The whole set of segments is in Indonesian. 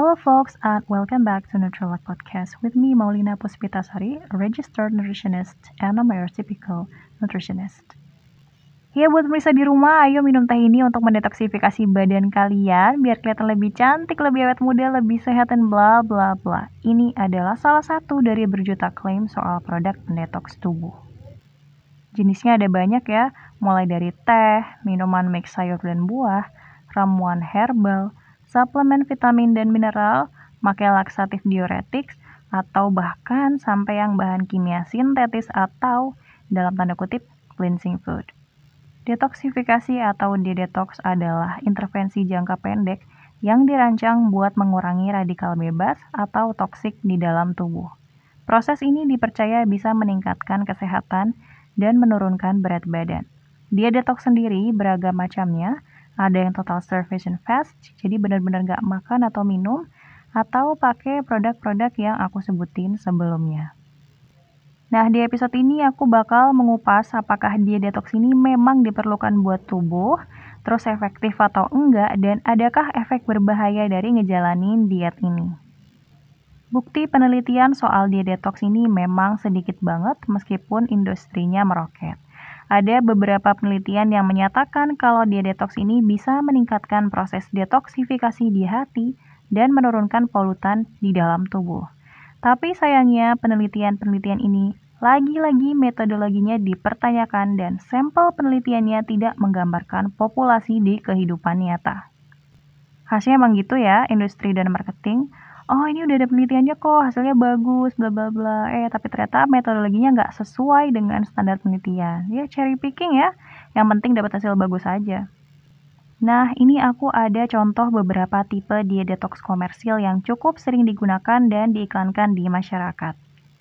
Hello folks and welcome back to Nutrilite Podcast with me Maulina Puspitasari, a registered nutritionist and a neurotypical nutritionist. Ya buat pemirsa di rumah, ayo minum teh ini untuk mendetoksifikasi badan kalian biar kelihatan lebih cantik, lebih awet muda, lebih sehat dan bla bla bla. Ini adalah salah satu dari berjuta klaim soal produk pendetoks tubuh. Jenisnya ada banyak ya, mulai dari teh, minuman mix sayur dan buah, ramuan herbal, suplemen vitamin dan mineral, pakai laksatif diuretik, atau bahkan sampai yang bahan kimia sintetis atau dalam tanda kutip cleansing food. Detoksifikasi atau de-detox adalah intervensi jangka pendek yang dirancang buat mengurangi radikal bebas atau toksik di dalam tubuh. Proses ini dipercaya bisa meningkatkan kesehatan dan menurunkan berat badan. De-detox sendiri beragam macamnya, ada yang total starvation fast, jadi benar-benar gak makan atau minum, atau pakai produk-produk yang aku sebutin sebelumnya. Nah, di episode ini aku bakal mengupas apakah de-detox ini memang diperlukan buat tubuh, terus efektif atau enggak, dan adakah efek berbahaya dari ngejalanin diet ini. Bukti penelitian soal de-detox ini memang sedikit banget meskipun industrinya meroket. Ada beberapa penelitian yang menyatakan kalau de-detox ini bisa meningkatkan proses detoksifikasi di hati dan menurunkan polutan di dalam tubuh. Tapi sayangnya penelitian-penelitian ini lagi-lagi metodologinya dipertanyakan dan sampel penelitiannya tidak menggambarkan populasi di kehidupan nyata. Hasilnya emang gitu ya, industri dan marketing. Oh ini udah ada penelitiannya kok, hasilnya bagus, bla bla bla. Tapi ternyata metodologinya nggak sesuai dengan standar penelitian. Ya cherry picking ya, yang penting dapat hasil bagus aja. Nah ini aku ada contoh beberapa tipe diet detox komersil yang cukup sering digunakan dan diiklankan di masyarakat.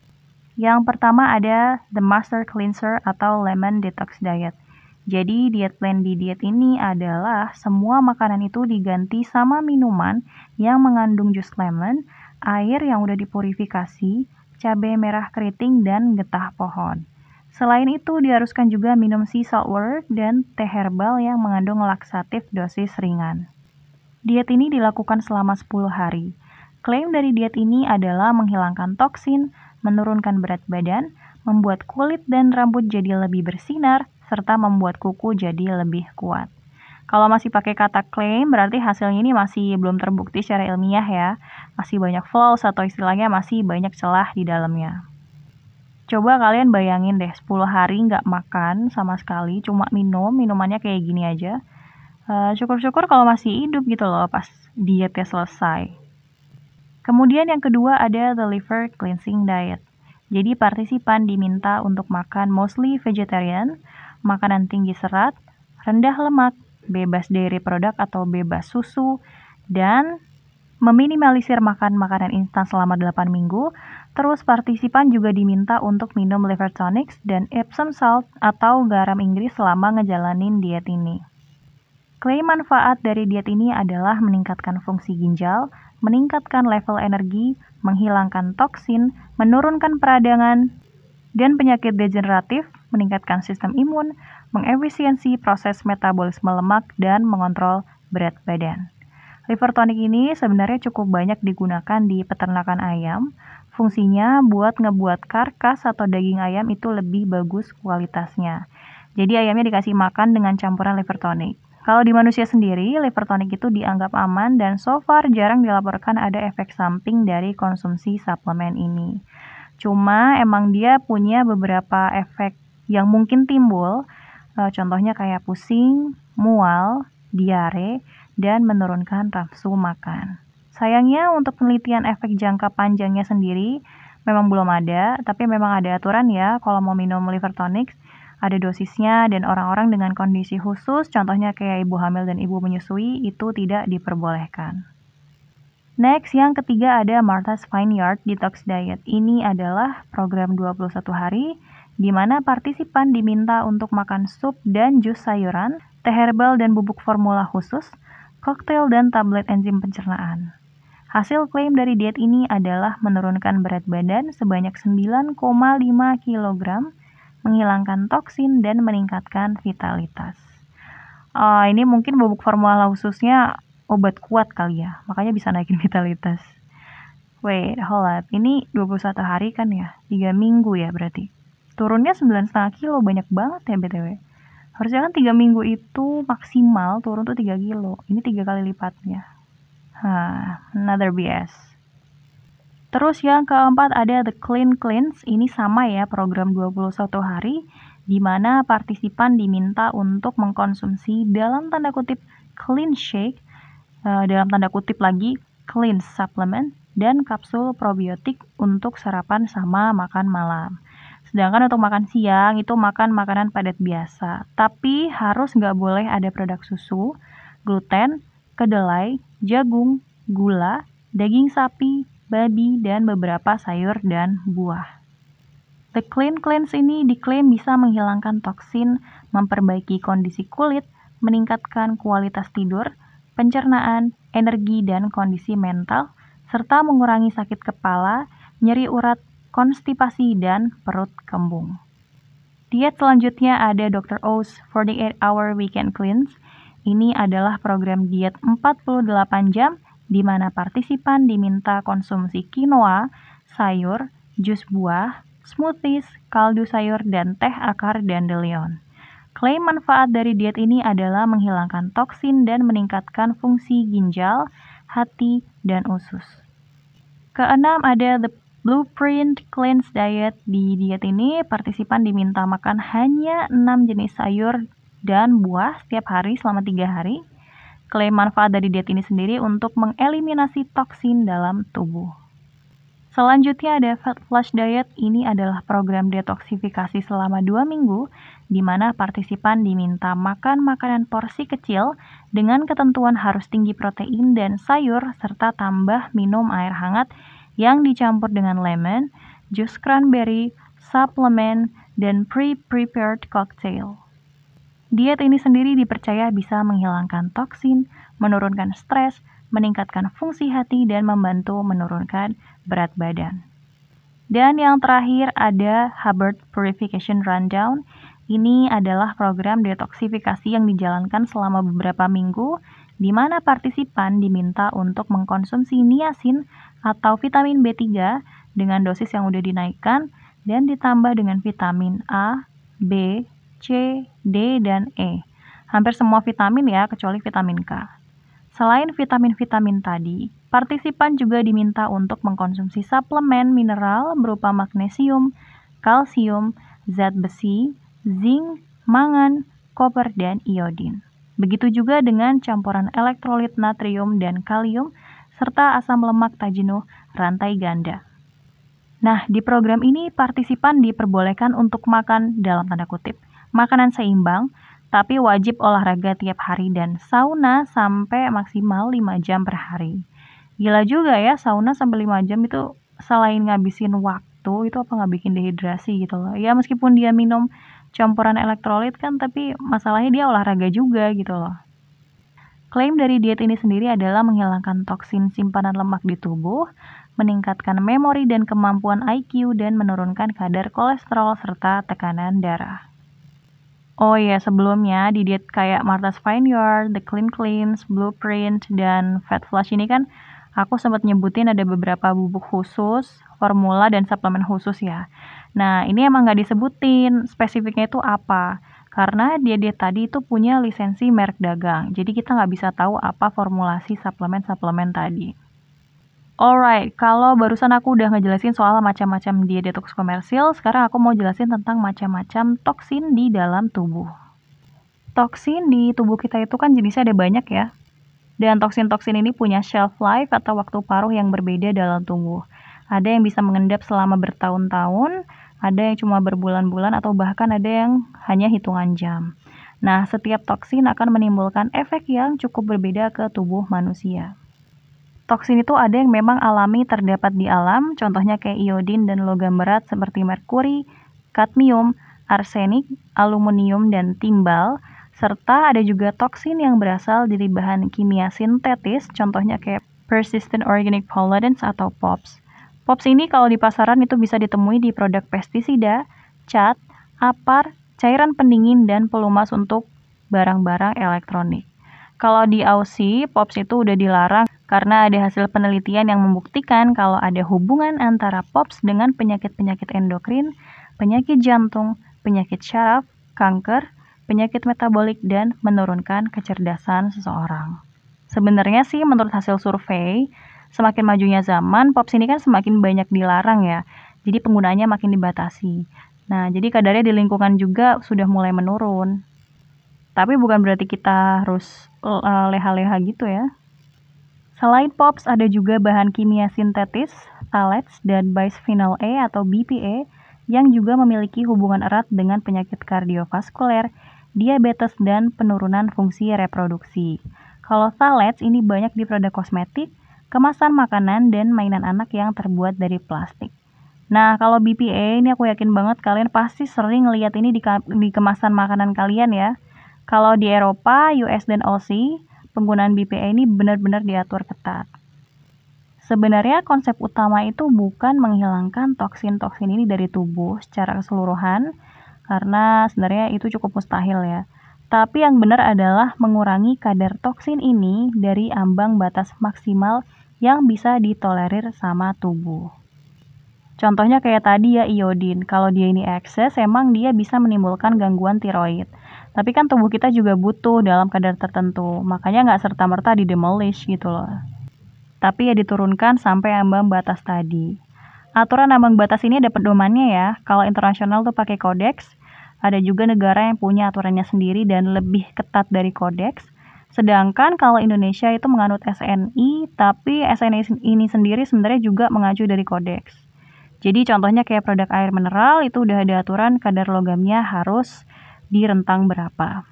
Yang pertama ada The Master Cleanser atau Lemon Detox Diet. Jadi diet plan di diet ini adalah semua makanan itu diganti sama minuman yang mengandung jus lemon, air yang udah dipurifikasi, cabai merah keriting, dan getah pohon. Selain itu diharuskan juga minum sea salt water dan teh herbal yang mengandung laksatif dosis ringan. Diet ini dilakukan selama 10 hari. Klaim dari diet ini adalah menghilangkan toksin, menurunkan berat badan, membuat kulit dan rambut jadi lebih bersinar, serta membuat kuku jadi lebih kuat. Kalau masih pakai kata klaim, berarti hasilnya ini masih belum terbukti secara ilmiah ya. Masih banyak flaws atau istilahnya masih banyak celah di dalamnya. Coba kalian bayangin deh, 10 hari nggak makan sama sekali, cuma minumannya kayak gini aja. Syukur-syukur kalau masih hidup gitu loh pas dietnya selesai. Kemudian yang kedua ada the liver cleansing diet. Jadi partisipan diminta untuk makan mostly vegetarian, makanan tinggi serat, rendah lemak, bebas dairy produk atau bebas susu, dan meminimalisir makan makanan instan selama 8 minggu. Terus partisipan juga diminta untuk minum liver tonics dan Epsom salt atau garam Inggris selama ngejalanin diet ini. Klaim manfaat dari diet ini adalah meningkatkan fungsi ginjal, meningkatkan level energi, menghilangkan toksin, menurunkan peradangan dan penyakit degeneratif, meningkatkan sistem imun, mengefisiensi proses metabolisme lemak, dan mengontrol berat badan. Liver tonic ini sebenarnya cukup banyak digunakan di peternakan ayam. Fungsinya buat ngebuat karkas atau daging ayam itu lebih bagus kualitasnya. Jadi ayamnya dikasih makan dengan campuran liver tonic. Kalau di manusia sendiri, liver tonic itu dianggap aman dan so far jarang dilaporkan ada efek samping dari konsumsi suplemen ini. Cuma emang dia punya beberapa efek yang mungkin timbul, contohnya kayak pusing, mual, diare, dan menurunkan nafsu makan. Sayangnya untuk penelitian efek jangka panjangnya sendiri memang belum ada, tapi memang ada aturan ya kalau mau minum liver tonic. Ada dosisnya dan orang-orang dengan kondisi khusus, contohnya kayak ibu hamil dan ibu menyusui, itu tidak diperbolehkan. Next, yang ketiga ada Martha's Vineyard Detox Diet. Ini adalah program 21 hari, di mana partisipan diminta untuk makan sup dan jus sayuran, teh herbal dan bubuk formula khusus, koktail dan tablet enzim pencernaan. Hasil klaim dari diet ini adalah menurunkan berat badan sebanyak 9,5 kg, menghilangkan toksin, dan meningkatkan vitalitas. Ini mungkin bubuk formula khususnya obat kuat kali ya, makanya bisa naikin vitalitas. Wait, hold up. Ini 21 hari kan ya? 3 minggu ya berarti. Turunnya 9,5 kilo, banyak banget ya BTW. Harusnya kan 3 minggu itu maksimal turun tuh 3 kilo. Ini 3 kali lipatnya. Another BS. Terus yang keempat ada The Clean Cleanse. Ini sama ya, program 21 hari, di mana partisipan diminta untuk mengkonsumsi dalam tanda kutip clean shake, dalam tanda kutip lagi clean supplement, dan kapsul probiotik untuk sarapan sama makan malam. Sedangkan untuk makan siang itu makan makanan padat biasa, tapi harus nggak boleh ada produk susu, gluten, kedelai, jagung, gula, daging sapi, babi, dan beberapa sayur dan buah. The Clean Cleanse ini diklaim bisa menghilangkan toksin, memperbaiki kondisi kulit, meningkatkan kualitas tidur, pencernaan, energi, dan kondisi mental, serta mengurangi sakit kepala, nyeri urat, konstipasi, dan perut kembung. Diet selanjutnya ada Dr. O's 48-Hour Weekend Cleanse. Ini adalah program diet 48 jam di mana partisipan diminta konsumsi quinoa, sayur, jus buah, smoothies, kaldu sayur, dan teh akar dandelion. Klaim manfaat dari diet ini adalah menghilangkan toksin dan meningkatkan fungsi ginjal, hati, dan usus. Keenam ada The Blueprint Cleanse Diet. Di diet ini, partisipan diminta makan hanya 6 jenis sayur dan buah setiap hari selama 3 hari. Klaim manfaat dari diet ini sendiri untuk mengeliminasi toksin dalam tubuh. Selanjutnya ada Fat Flush Diet. Ini adalah program detoksifikasi selama 2 minggu, di mana partisipan diminta makan makanan porsi kecil dengan ketentuan harus tinggi protein dan sayur, serta tambah minum air hangat yang dicampur dengan lemon, jus cranberry, suplemen, dan pre-prepared cocktail. Diet ini sendiri dipercaya bisa menghilangkan toksin, menurunkan stres, meningkatkan fungsi hati, dan membantu menurunkan berat badan. Dan yang terakhir ada Hubbard Purification Rundown. Ini adalah program detoksifikasi yang dijalankan selama beberapa minggu, di mana partisipan diminta untuk mengkonsumsi niacin atau vitamin B3 dengan dosis yang udah dinaikkan dan ditambah dengan vitamin A, B, C, D, dan E. Hampir semua vitamin ya, kecuali vitamin K. Selain vitamin-vitamin tadi, partisipan juga diminta untuk mengkonsumsi suplemen mineral berupa magnesium, kalsium, zat besi, zinc, mangan, koper, dan iodin. Begitu juga dengan campuran elektrolit natrium dan kalium, serta asam lemak tak jenuh rantai ganda. Nah, di program ini partisipan diperbolehkan untuk makan dalam tanda kutip makanan seimbang, tapi wajib olahraga tiap hari dan sauna sampai maksimal 5 jam per hari. Gila juga ya, sauna sampai 5 jam itu selain ngabisin waktu, itu apa nggak bikin dehidrasi gitu loh. Ya meskipun dia minum campuran elektrolit kan, tapi masalahnya dia olahraga juga gitu loh. Klaim dari diet ini sendiri adalah menghilangkan toksin simpanan lemak di tubuh, meningkatkan memori dan kemampuan IQ, dan menurunkan kadar kolesterol serta tekanan darah. Oh iya, sebelumnya di diet kayak Martha's Vineyard, The Clean Cleanse, Blueprint, dan Fat Flush ini kan aku sempat nyebutin ada beberapa bubuk khusus, formula, dan suplemen khusus ya. Nah, ini emang nggak disebutin spesifiknya itu apa. Karena diet tadi itu punya lisensi merek dagang, jadi kita nggak bisa tahu apa formulasi suplemen-suplemen tadi. Alright, kalau barusan aku udah ngejelasin soal macam-macam diet detox komersil, sekarang aku mau jelasin tentang macam-macam toksin di dalam tubuh. Toksin di tubuh kita itu kan jenisnya ada banyak ya. Dan toksin-toksin ini punya shelf life atau waktu paruh yang berbeda dalam tubuh. Ada yang bisa mengendap selama bertahun-tahun, ada yang cuma berbulan-bulan, atau bahkan ada yang hanya hitungan jam. Nah, setiap toksin akan menimbulkan efek yang cukup berbeda ke tubuh manusia. Toksin itu ada yang memang alami terdapat di alam, contohnya kayak iodin dan logam berat seperti merkuri, kadmium, arsenik, aluminium, dan timbal, serta ada juga toksin yang berasal dari bahan kimia sintetis, contohnya kayak persistent organic pollutants atau POPs. POPs ini kalau di pasaran itu bisa ditemui di produk pestisida, cat, apar, cairan pendingin, dan pelumas untuk barang-barang elektronik. Kalau di Aussie, POPs itu udah dilarang karena ada hasil penelitian yang membuktikan kalau ada hubungan antara POPs dengan penyakit-penyakit endokrin, penyakit jantung, penyakit syaraf, kanker, penyakit metabolik, dan menurunkan kecerdasan seseorang. Sebenarnya sih menurut hasil survei, semakin majunya zaman, POPs ini kan semakin banyak dilarang ya, jadi penggunaannya makin dibatasi. Nah, jadi kadarnya di lingkungan juga sudah mulai menurun. Tapi bukan berarti kita harus leha-leha gitu ya. Selain POPs, ada juga bahan kimia sintetis, phthalates, dan bisphenol A atau BPA yang juga memiliki hubungan erat dengan penyakit kardiovaskuler, diabetes, dan penurunan fungsi reproduksi. Kalau phthalates ini banyak di produk kosmetik, kemasan makanan, dan mainan anak yang terbuat dari plastik. Nah, kalau BPA ini aku yakin banget kalian pasti sering lihat ini di kemasan makanan kalian ya. Kalau di Eropa, US, dan Aussie, penggunaan BPA ini benar-benar diatur ketat. Sebenarnya konsep utama itu bukan menghilangkan toksin-toksin ini dari tubuh secara keseluruhan, karena sebenarnya itu cukup mustahil ya. Tapi yang benar adalah mengurangi kadar toksin ini dari ambang batas maksimal yang bisa ditolerir sama tubuh. Contohnya kayak tadi ya iodin, kalau dia ini ekses emang dia bisa menimbulkan gangguan tiroid. Tapi kan tubuh kita juga butuh dalam kadar tertentu, makanya nggak serta-merta di-demolish gitu loh. Tapi ya diturunkan sampai ambang batas tadi. Aturan ambang batas ini ada pedomannya ya, kalau internasional tuh pakai kodeks, ada juga negara yang punya aturannya sendiri dan lebih ketat dari kodeks. Sedangkan kalau Indonesia itu menganut SNI, tapi SNI ini sendiri sebenarnya juga mengacu dari kodeks. Jadi contohnya kayak produk air mineral itu udah ada aturan kadar logamnya harus di rentang berapa.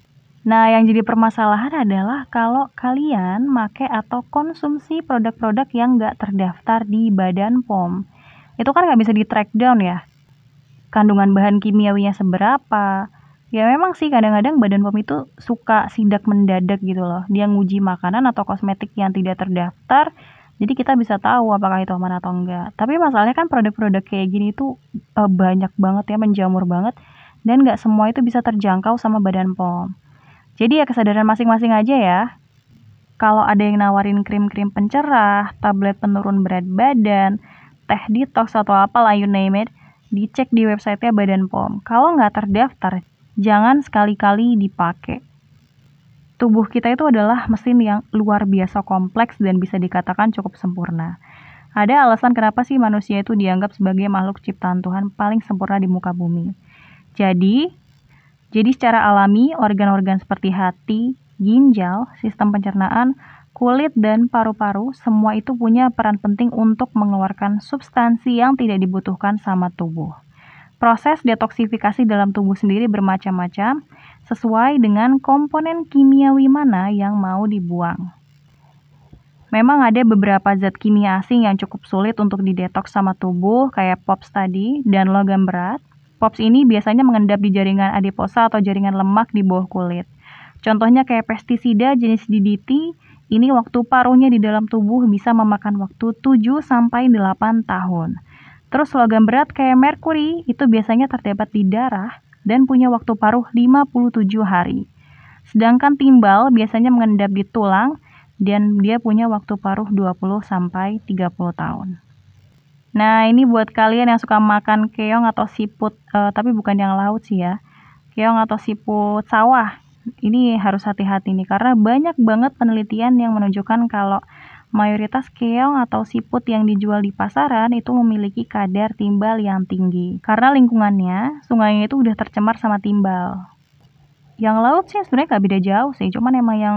Nah, yang jadi permasalahan adalah kalau kalian make atau konsumsi produk-produk yang nggak terdaftar di Badan POM. Itu kan nggak bisa di-track down ya. Kandungan bahan kimiawinya seberapa. Ya memang sih kadang-kadang Badan POM itu suka sidak mendadak gitu loh. Dia nguji makanan atau kosmetik yang tidak terdaftar, jadi kita bisa tahu apakah itu aman atau enggak. Tapi masalahnya kan produk-produk kayak gini tuh banyak banget ya, menjamur banget. Dan nggak semua itu bisa terjangkau sama Badan POM. Jadi ya kesadaran masing-masing aja ya. Kalau ada yang nawarin krim-krim pencerah, tablet penurun berat badan, teh detox atau apalah you name it, dicek di websitenya Badan POM. Kalau nggak terdaftar, jangan sekali-kali dipakai. Tubuh kita itu adalah mesin yang luar biasa kompleks dan bisa dikatakan cukup sempurna. Ada alasan kenapa sih manusia itu dianggap sebagai makhluk ciptaan Tuhan paling sempurna di muka bumi. Jadi secara alami, organ-organ seperti hati, ginjal, sistem pencernaan, kulit, dan paru-paru, semua itu punya peran penting untuk mengeluarkan substansi yang tidak dibutuhkan sama tubuh. Proses detoksifikasi dalam tubuh sendiri bermacam-macam, sesuai dengan komponen kimiawi mana yang mau dibuang. Memang ada beberapa zat kimia asing yang cukup sulit untuk didetoks sama tubuh, kayak POPs tadi, dan logam berat. POPs ini biasanya mengendap di jaringan adiposa atau jaringan lemak di bawah kulit. Contohnya kayak pestisida jenis DDT, ini waktu paruhnya di dalam tubuh bisa memakan waktu 7-8 tahun. Terus logam berat kayak merkuri, itu biasanya terdapat di darah dan punya waktu paruh 57 hari. Sedangkan timbal biasanya mengendap di tulang dan dia punya waktu paruh 20-30 tahun. Nah, ini buat kalian yang suka makan keong atau siput, tapi bukan yang laut sih ya. Keong atau siput sawah. Ini harus hati-hati nih, karena banyak banget penelitian yang menunjukkan kalau mayoritas keong atau siput yang dijual di pasaran itu memiliki kadar timbal yang tinggi. Karena lingkungannya, sungainya itu udah tercemar sama timbal. Yang laut sih sebenarnya nggak beda jauh sih, cuman emang yang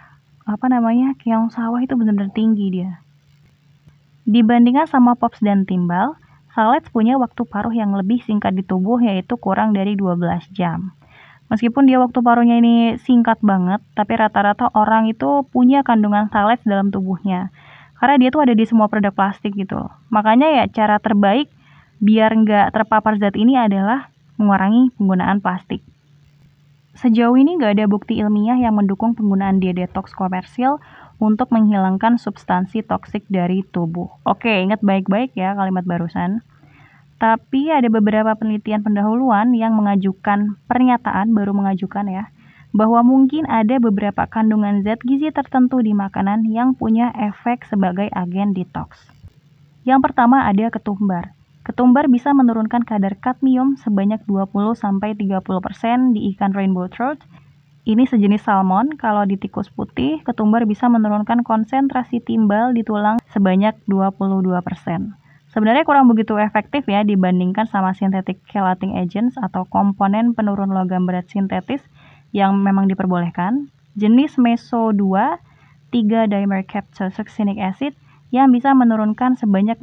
keong sawah itu benar-benar tinggi dia. Dibandingkan sama POPs dan timbal, phthalates punya waktu paruh yang lebih singkat di tubuh, yaitu kurang dari 12 jam. Meskipun dia waktu paruhnya ini singkat banget, tapi rata-rata orang itu punya kandungan phthalates dalam tubuhnya. Karena dia tuh ada di semua produk plastik gitu. Makanya ya cara terbaik biar nggak terpapar zat ini adalah mengurangi penggunaan plastik. Sejauh ini nggak ada bukti ilmiah yang mendukung penggunaan diet detox komersil untuk menghilangkan substansi toksik dari tubuh. Oke, ingat baik-baik ya kalimat barusan. Tapi ada beberapa penelitian pendahuluan yang mengajukan pernyataan, baru mengajukan ya, bahwa mungkin ada beberapa kandungan zat gizi tertentu di makanan yang punya efek sebagai agen detox. Yang pertama ada ketumbar. Ketumbar bisa menurunkan kadar kadmium sebanyak 20-30% di ikan rainbow trout. Ini sejenis salmon. Kalau di tikus putih, ketumbar bisa menurunkan konsentrasi timbal di tulang sebanyak 22%. Sebenarnya kurang begitu efektif ya dibandingkan sama synthetic chelating agents atau komponen penurun logam berat sintetis yang memang diperbolehkan. Jenis meso 2, 3-dimercaptosuccinic acid yang bisa menurunkan sebanyak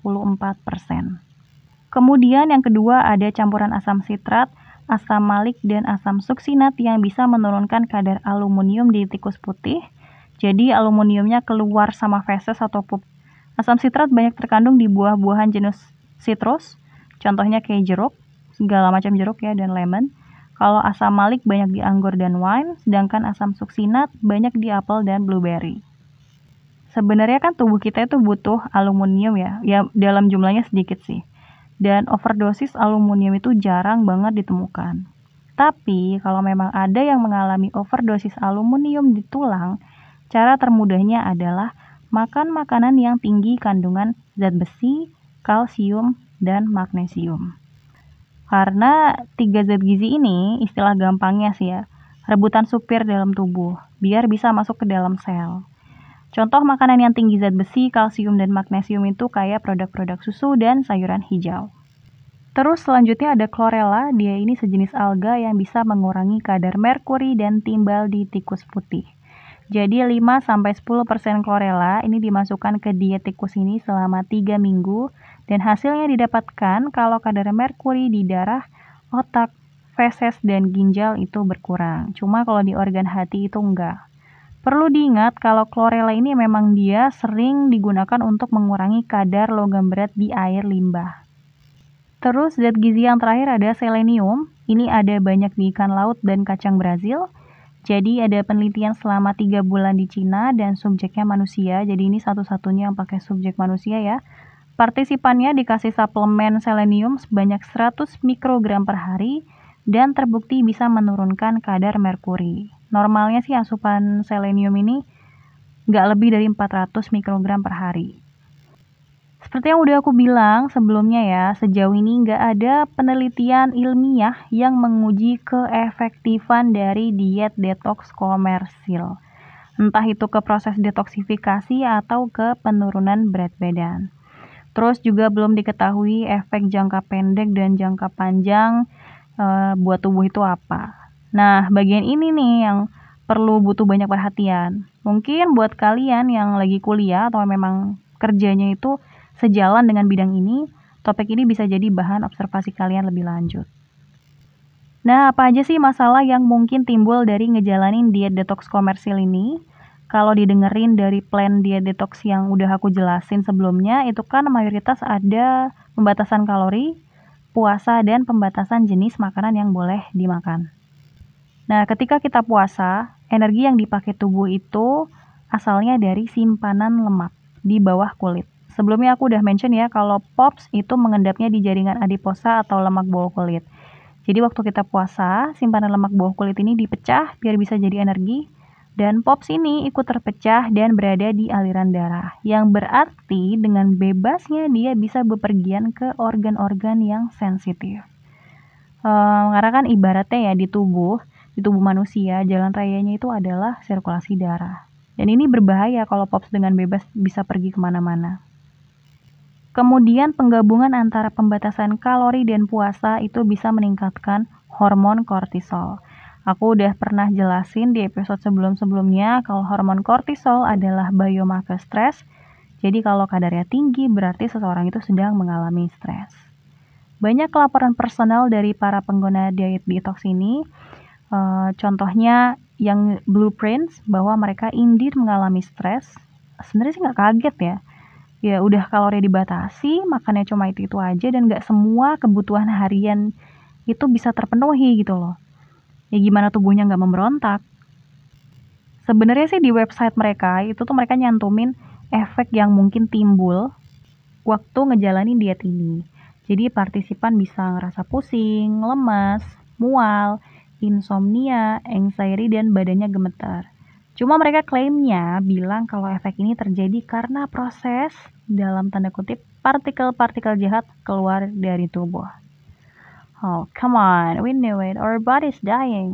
44%. Kemudian yang kedua ada campuran asam sitrat, asam malik, dan asam suksinat yang bisa menurunkan kadar aluminium di tikus putih. Jadi aluminiumnya keluar sama feses atau pup. Asam sitrat banyak terkandung di buah-buahan jenis citrus, contohnya kayak jeruk, segala macam jeruk ya, dan lemon. Kalau asam malik banyak di anggur dan wine, sedangkan asam suksinat banyak di apel dan blueberry. Sebenarnya kan tubuh kita itu butuh aluminium ya dalam jumlahnya sedikit sih. Dan overdosis aluminium itu jarang banget ditemukan. Tapi kalau memang ada yang mengalami overdosis aluminium di tulang, cara termudahnya adalah makan makanan yang tinggi kandungan zat besi, kalsium, dan magnesium. Karena 3 zat gizi ini istilah gampangnya sih ya, rebutan supir dalam tubuh, biar bisa masuk ke dalam sel. Contoh makanan yang tinggi zat besi, kalsium, dan magnesium itu kayak produk-produk susu dan sayuran hijau. Terus selanjutnya ada chlorella, dia ini sejenis alga yang bisa mengurangi kadar merkuri dan timbal di tikus putih. Jadi 5-10% chlorella ini dimasukkan ke diet tikus ini selama 3 minggu dan hasilnya didapatkan kalau kadar merkuri di darah, otak, feses, dan ginjal itu berkurang. Cuma kalau di organ hati itu enggak. Perlu diingat kalau chlorella ini memang dia sering digunakan untuk mengurangi kadar logam berat di air limbah. Terus zat gizi yang terakhir ada selenium. Ini ada banyak di ikan laut dan kacang Brazil. Jadi ada penelitian selama 3 bulan di Cina dan subjeknya manusia. Jadi ini satu-satunya yang pakai subjek manusia ya. Partisipannya dikasih suplemen selenium sebanyak 100 mikrogram per hari dan terbukti bisa menurunkan kadar merkuri. Normalnya sih asupan selenium ini nggak lebih dari 400 mikrogram per hari. Seperti yang udah aku bilang sebelumnya ya, sejauh ini nggak ada penelitian ilmiah yang menguji keefektifan dari diet detox komersil. Entah itu ke proses detoksifikasi atau ke penurunan berat badan. Terus juga belum diketahui efek jangka pendek dan jangka panjang buat tubuh itu apa. Nah, bagian ini nih yang perlu butuh banyak perhatian. Mungkin buat kalian yang lagi kuliah atau memang kerjanya itu sejalan dengan bidang ini, topik ini bisa jadi bahan observasi kalian lebih lanjut. Nah, apa aja sih masalah yang mungkin timbul dari ngejalanin diet detox komersil ini? Kalau didengerin dari plan diet detox yang udah aku jelasin sebelumnya, itu kan mayoritas ada pembatasan kalori, puasa, dan pembatasan jenis makanan yang boleh dimakan. Nah, ketika kita puasa, energi yang dipakai tubuh itu asalnya dari simpanan lemak di bawah kulit. Sebelumnya aku udah mention ya, kalau POPS itu mengendapnya di jaringan adiposa atau lemak bawah kulit. Jadi waktu kita puasa, simpanan lemak bawah kulit ini dipecah biar bisa jadi energi, dan POPS ini ikut terpecah dan berada di aliran darah, yang berarti dengan bebasnya dia bisa bepergian ke organ-organ yang sensitif. Karena kan ibaratnya ya di tubuh manusia, jalan rayanya itu adalah sirkulasi darah. Dan ini berbahaya kalau POPS dengan bebas bisa pergi kemana-mana. Kemudian penggabungan antara pembatasan kalori dan puasa itu bisa meningkatkan hormon kortisol. Aku udah pernah jelasin di episode sebelum-sebelumnya kalau hormon kortisol adalah biomarker stres. Jadi kalau kadarnya tinggi berarti seseorang itu sedang mengalami stres. Banyak laporan personal dari para pengguna diet detox ini. Contohnya yang blueprints bahwa mereka indeed mengalami stres. Sebenarnya sih nggak kaget ya. Ya udah kalori dibatasi, makannya cuma itu aja dan nggak semua kebutuhan harian itu bisa terpenuhi gitu loh. Ya gimana tubuhnya nggak memberontak? Sebenarnya sih di website mereka itu tuh mereka nyantumin efek yang mungkin timbul waktu ngejalanin diet ini. Jadi partisipan bisa ngerasa pusing, lemas, mual, insomnia, anxiety, dan badannya gemetar. Cuma mereka klaimnya bilang kalau efek ini terjadi karena proses, dalam tanda kutip, partikel-partikel jahat keluar dari tubuh. Oh, come on, we knew it, our body's dying.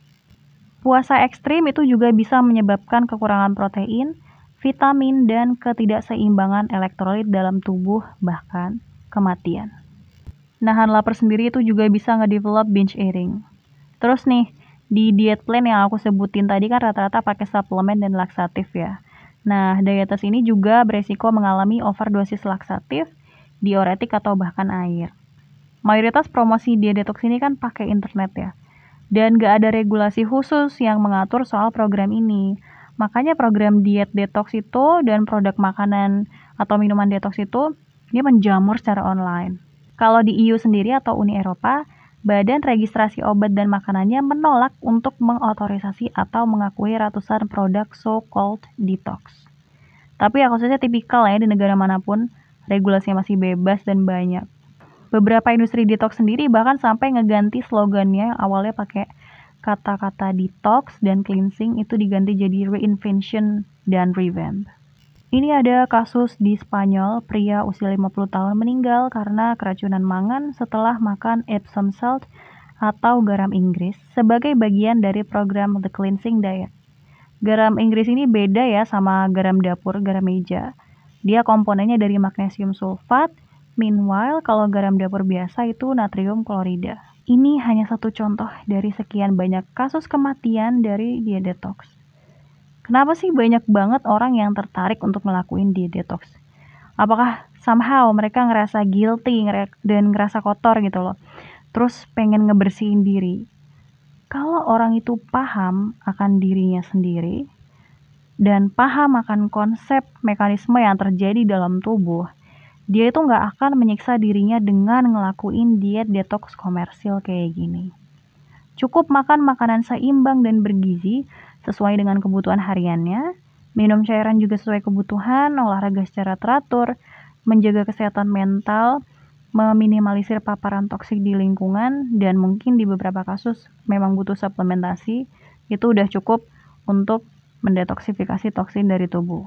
Puasa ekstrim itu juga bisa menyebabkan kekurangan protein, vitamin, dan ketidakseimbangan elektrolit dalam tubuh, bahkan kematian. Nahan lapar sendiri itu juga bisa ngedevelop binge eating. Terus nih, di diet plan yang aku sebutin tadi kan rata-rata pakai suplemen dan laksatif ya. Nah, diabetes ini juga beresiko mengalami overdosis laksatif, diuretik atau bahkan air. Mayoritas promosi diet detox ini kan pakai internet ya. Dan gak ada regulasi khusus yang mengatur soal program ini. Makanya program diet detox itu dan produk makanan atau minuman detox itu dia menjamur secara online. Kalau di EU sendiri atau Uni Eropa, Badan Registrasi Obat dan Makanannya menolak untuk mengotorisasi atau mengakui ratusan produk so-called detox. Tapi ya khususnya tipikal ya di negara manapun, regulasinya masih bebas dan banyak. Beberapa industri detox sendiri bahkan sampai ngeganti slogannya yang awalnya pakai kata-kata detox dan cleansing itu diganti jadi reinvention dan revamp. Ini ada kasus di Spanyol, pria usia 50 tahun meninggal karena keracunan mangan setelah makan Epsom salt atau garam Inggris sebagai bagian dari program The Cleansing Diet. Garam Inggris ini beda ya sama garam dapur, garam meja. Dia komponennya dari magnesium sulfat, meanwhile kalau garam dapur biasa itu natrium klorida. Ini hanya satu contoh dari sekian banyak kasus kematian dari diet detox. Kenapa sih banyak banget orang yang tertarik untuk ngelakuin diet detox? Apakah somehow mereka ngerasa guilty dan ngerasa kotor gitu loh? Terus pengen ngebersihin diri. Kalau orang itu paham akan dirinya sendiri dan paham akan konsep mekanisme yang terjadi dalam tubuh, dia itu nggak akan menyiksa dirinya dengan ngelakuin diet detox komersil kayak gini. Cukup makan makanan seimbang dan bergizi sesuai dengan kebutuhan hariannya, minum cairan juga sesuai kebutuhan, olahraga secara teratur, menjaga kesehatan mental, meminimalisir paparan toksik di lingkungan, dan mungkin di beberapa kasus memang butuh suplementasi, itu udah cukup untuk mendetoksifikasi toksin dari tubuh.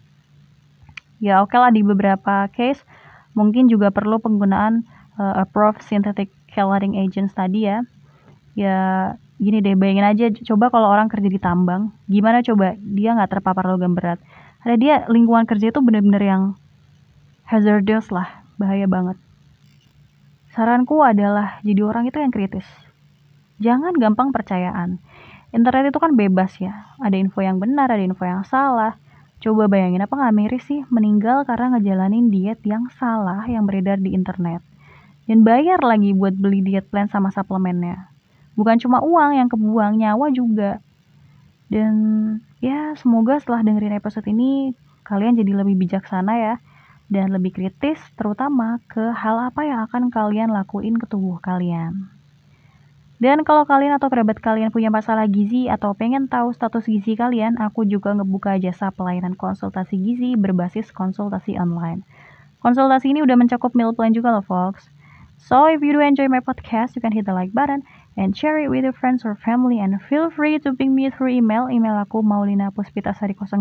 Ya oke lah, di beberapa case mungkin juga perlu penggunaan approved synthetic coloring agents tadi ya. Ya gini deh, bayangin aja coba kalau orang kerja di tambang, gimana coba dia nggak terpapar logam berat. Ada dia lingkungan kerja itu bener-bener yang hazardous lah, bahaya banget. Saranku adalah jadi orang itu yang kritis. Jangan gampang percayaan. Internet itu kan bebas ya, ada info yang benar, ada info yang salah. Coba bayangin apa nggak miris sih meninggal karena ngejalanin diet yang salah yang beredar di internet. Dan bayar lagi buat beli diet plan sama suplemennya. Bukan cuma uang yang kebuang, nyawa juga. Dan ya semoga setelah dengerin episode ini kalian jadi lebih bijaksana ya. Dan lebih kritis terutama ke hal apa yang akan kalian lakuin ke tubuh kalian. Dan kalau kalian atau kerabat kalian punya masalah gizi atau pengen tahu status gizi kalian, aku juga ngebuka jasa pelayanan konsultasi gizi berbasis konsultasi online. Konsultasi ini udah mencakup meal plan juga loh folks. So if you do enjoy my podcast, you can hit the like button and share it with your friends or family, and feel free to ping me through email. Email aku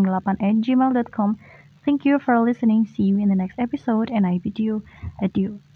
maulinapuspitasari08@gmail.com. Thank you for listening. See you in the next episode and I bid you adieu.